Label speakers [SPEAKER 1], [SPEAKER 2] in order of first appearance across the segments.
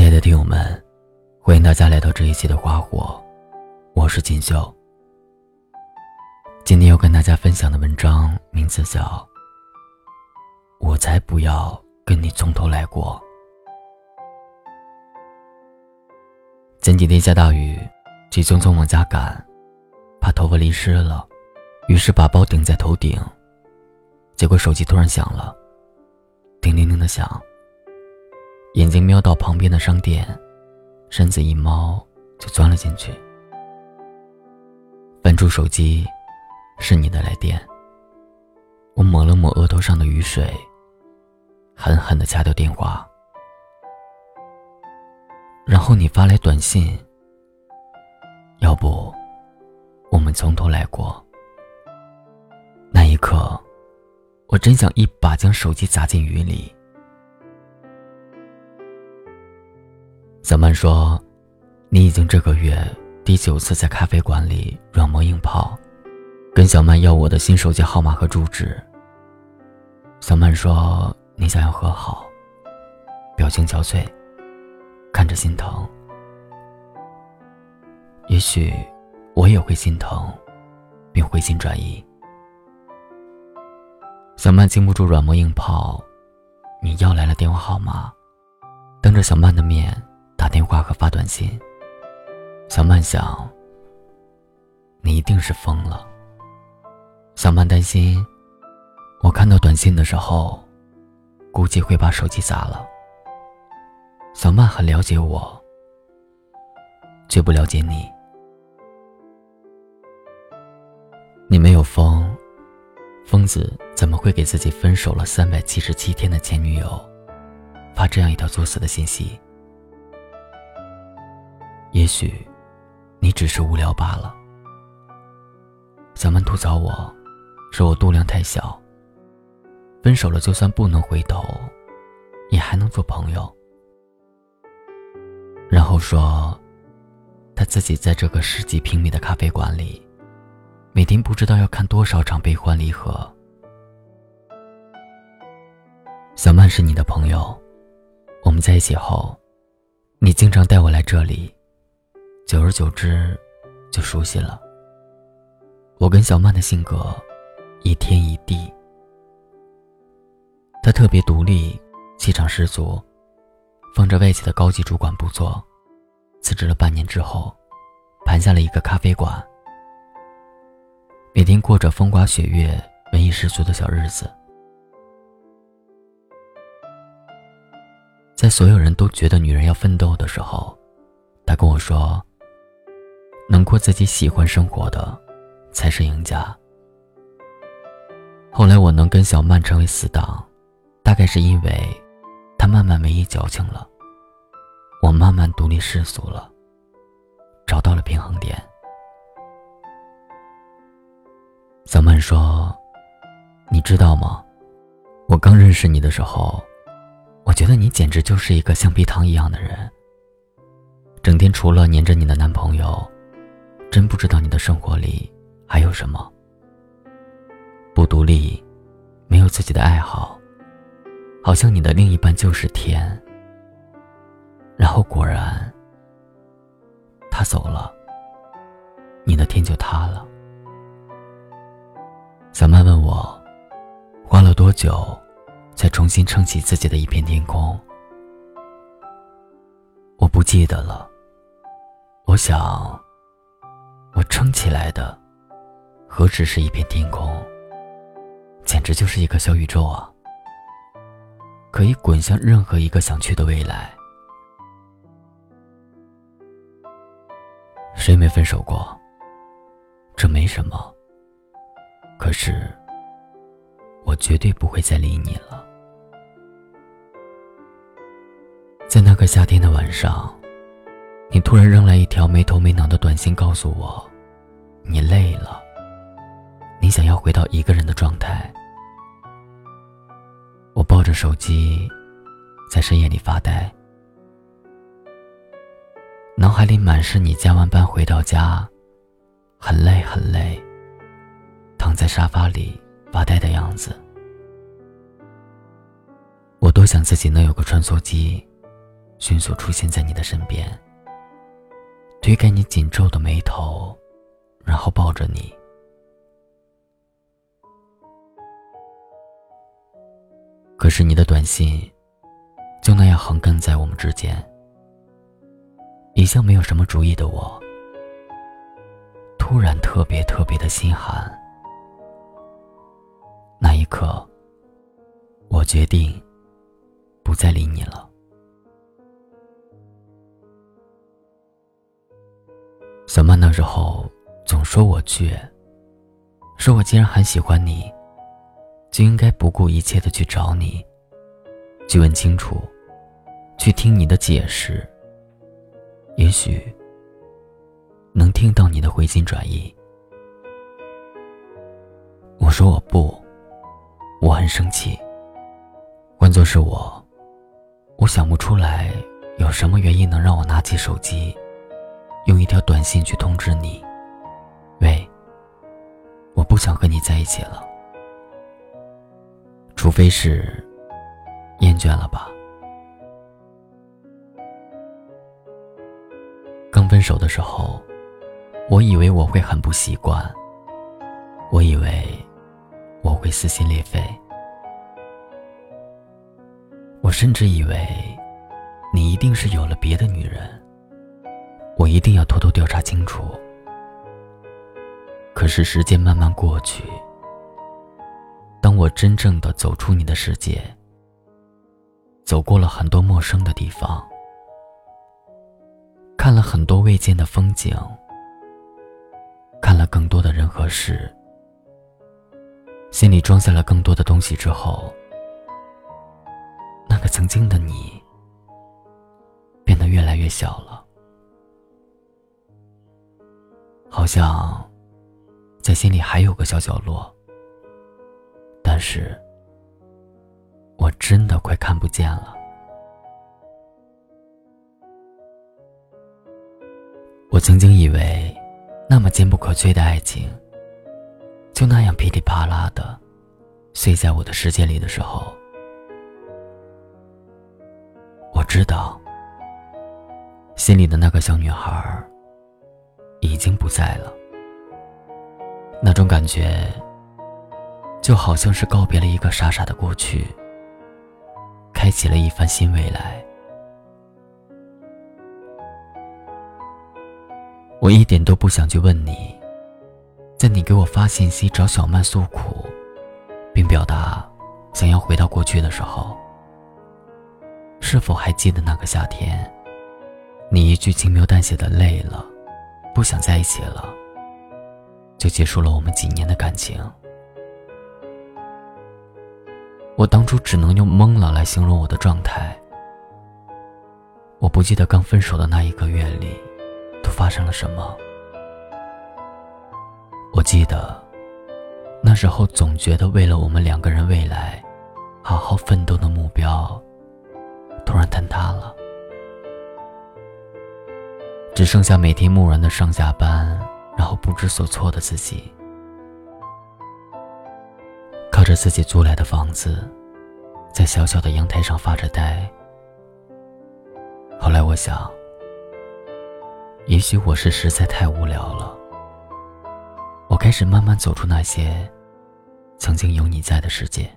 [SPEAKER 1] 爱的听友们，欢迎大家来到这一期的花火，我是锦绣。今天要跟大家分享的文章名字叫《我才不要跟你从头来过》。前几天下大雨，急匆匆往家赶，怕头发淋湿了，于是把包顶在头顶，结果手机突然响了，叮铃铃的响，眼睛瞄到旁边的商店，身子一猫就钻了进去。翻出手机，是你的来电。我抹了抹额头上的雨水，狠狠地掐掉电话。然后你发来短信，要不我们从头来过。那一刻，我真想一把将手机砸进雨里。小曼说，你已经这个月第9次在咖啡馆里软磨硬泡，跟小曼要我的新手机号码和住址。小曼说，你想要和好，表情憔悴，看着心疼。也许我也会心疼，并回心转意。小曼经不住软磨硬泡，你要来了电话号码，当着小曼的面打电话和发短信。小曼想，你一定是疯了。小曼担心，我看到短信的时候，估计会把手机砸了。小曼很了解我，却不了解你。你没有疯，疯子怎么会给自己分手了377天的前女友发这样一条作死的信息？也许你只是无聊罢了。小曼吐槽我，说我度量太小，分手了就算不能回头，也还能做朋友。然后说，他自己在这个10几平米的咖啡馆里，每天不知道要看多少场悲欢离合。小曼是你的朋友，我们在一起后，你经常带我来这里，久而久之就熟悉了。我跟小曼的性格一天一地。她特别独立，气场十足，放着外企的高级主管不做，辞职了半年之后，盘下了一个咖啡馆，每天过着风花雪月、文艺十足的小日子。在所有人都觉得女人要奋斗的时候，她跟我说，能过自己喜欢生活的才是赢家。后来我能跟小曼成为死党，大概是因为她慢慢没一矫情了，我慢慢独立世俗了，找到了平衡点。小曼说，你知道吗，我刚认识你的时候，我觉得你简直就是一个橡皮糖一样的人，整天除了黏着你的男朋友，真不知道你的生活里还有什么。不独立，没有自己的爱好，好像你的另一半就是天。然后果然，他走了，你的天就塌了。小曼问我，花了多久才重新撑起自己的一片天空？我不记得了。我想，我撑起来的何止是一片天空，简直就是一个小宇宙啊，可以滚向任何一个想去的未来。谁没分手过？这没什么，可是我绝对不会再理你了。在那个夏天的晚上，你突然扔来一条没头没脑的短信，告诉我你累了，你想要回到一个人的状态。我抱着手机在深夜里发呆，脑海里满是你加完班回到家，很累很累，躺在沙发里发呆的样子。我多想自己能有个穿梭机， 迅速出现在你的身边，推开你紧皱的眉头，然后抱着你。可是你的短信就那样横亘在我们之间，一向没有什么主意的我，突然特别的心寒。那一刻，我决定不再理你了。小曼那时候总说我倔，说我既然很喜欢你，就应该不顾一切的去找你，去问清楚，去听你的解释，也许能听到你的回心转意。我说我不，我很生气。换作是我想不出来有什么原因能让我拿起手机，用一条短信去通知你，喂，我不想和你在一起了。除非是厌倦了吧。刚分手的时候，我以为我会很不习惯，我以为我会撕心裂肺，我甚至以为你一定是有了别的女人，我一定要偷偷调查清楚。可是时间慢慢过去，当我真正的走出你的世界，走过了很多陌生的地方，看了很多未见的风景，看了更多的人和事，心里装下了更多的东西之后，那个曾经的你变得越来越小了，好像在心里还有个小角落，但是我真的快看不见了。我曾经以为那么坚不可摧的爱情，就那样噼里啪啦的碎在我的世界里的时候，我知道心里的那个小女孩已经不在了。那种感觉就好像是告别了一个傻傻的过去，开启了一番新未来。我一点都不想去问你，在你给我发信息找小曼诉苦，并表达想要回到过去的时候，是否还记得那个夏天，你一句轻描淡写的累了，不想在一起了，就结束了我们几年的感情。我当初只能用懵了来形容我的状态。我不记得刚分手的那1个月里都发生了什么，我记得那时候总觉得为了我们2个人未来好好奋斗的目标突然坍塌了，只剩下每天木然的上下班，然后不知所措的自己，靠着自己租来的房子，在小小的阳台上发着呆。后来我想，也许我是实在太无聊了，我开始慢慢走出那些曾经有你在的世界。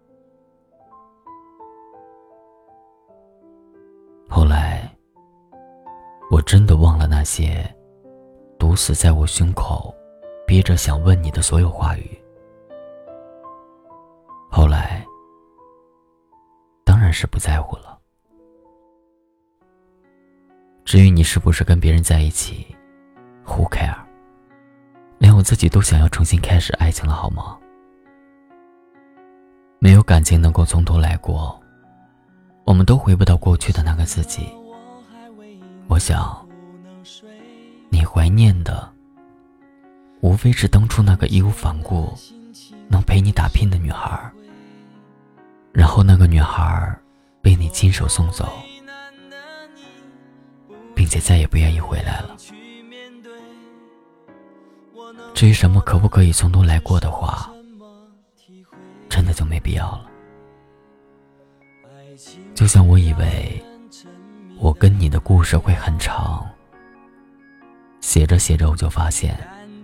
[SPEAKER 1] 后来我真的忘了那些堵死在我胸口憋着想问你的所有话语。后来当然是不在乎了。至于你是不是跟别人在一起 Who care， 连我自己都想要重新开始爱情了好吗？没有感情能够从头来过，我们都回不到过去的那个自己。我想你怀念的无非是当初那个义无反顾能陪你打拼的女孩，然后那个女孩被你亲手送走，并且再也不愿意回来了。至于什么可不可以从头来过的话，真的就没必要了。就像我以为我跟你的故事会很长。写着写着我就发现，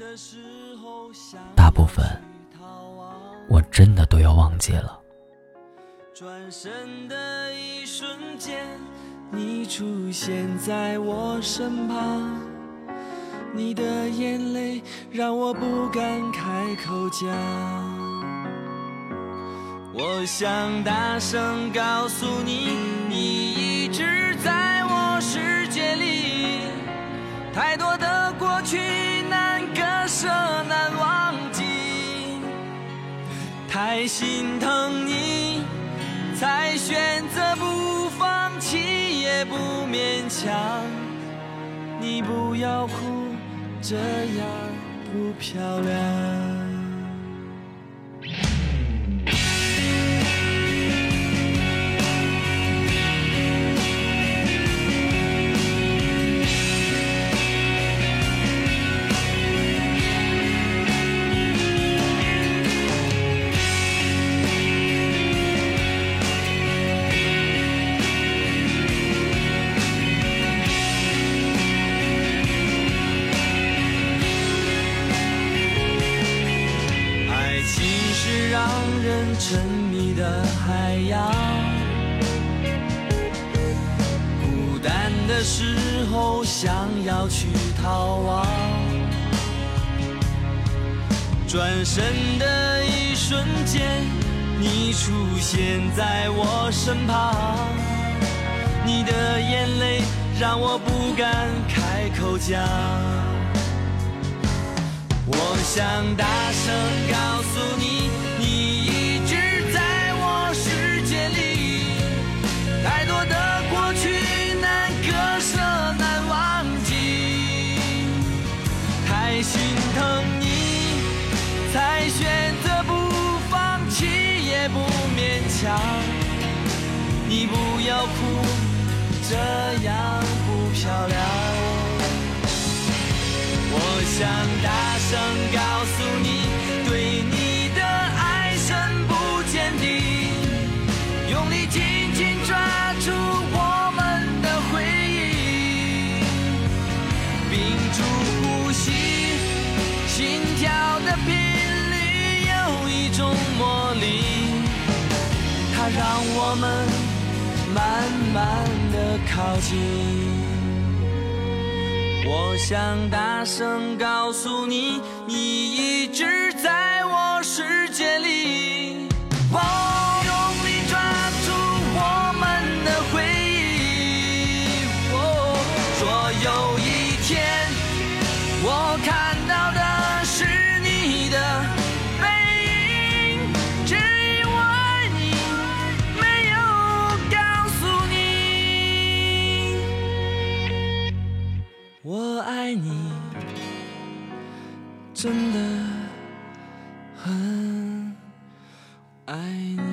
[SPEAKER 1] 大部分我真的都要忘记了。
[SPEAKER 2] 转身的一瞬间，你出现在我身旁，你的眼泪让我不敢开口讲。我想大声告诉你，你一直在我世界里，太多的过去难割舍难忘记，太心疼你才选择不放弃也不勉强，你不要哭，这样不漂亮。让人沉迷的海洋，孤单的时候想要去逃亡，转身的一瞬间，你出现在我身旁，你的眼泪让我不敢开口讲。我想大声告诉你，你一直在我世界里，太多的过去难割舍难忘记，太心疼你才选择不放弃也不勉强，你不要哭，这样不漂亮。我想大声告诉你，对你的爱深不见底，用力紧紧抓住我们的回忆，屏住呼吸，心跳的频率有一种魔力，它让我们慢慢地靠近。我想大声告诉你，你一直在我世界里，用力抓住我们的回忆。若有一天我看到的是你的背影，只因为你没有告诉你我爱你，真的很爱你。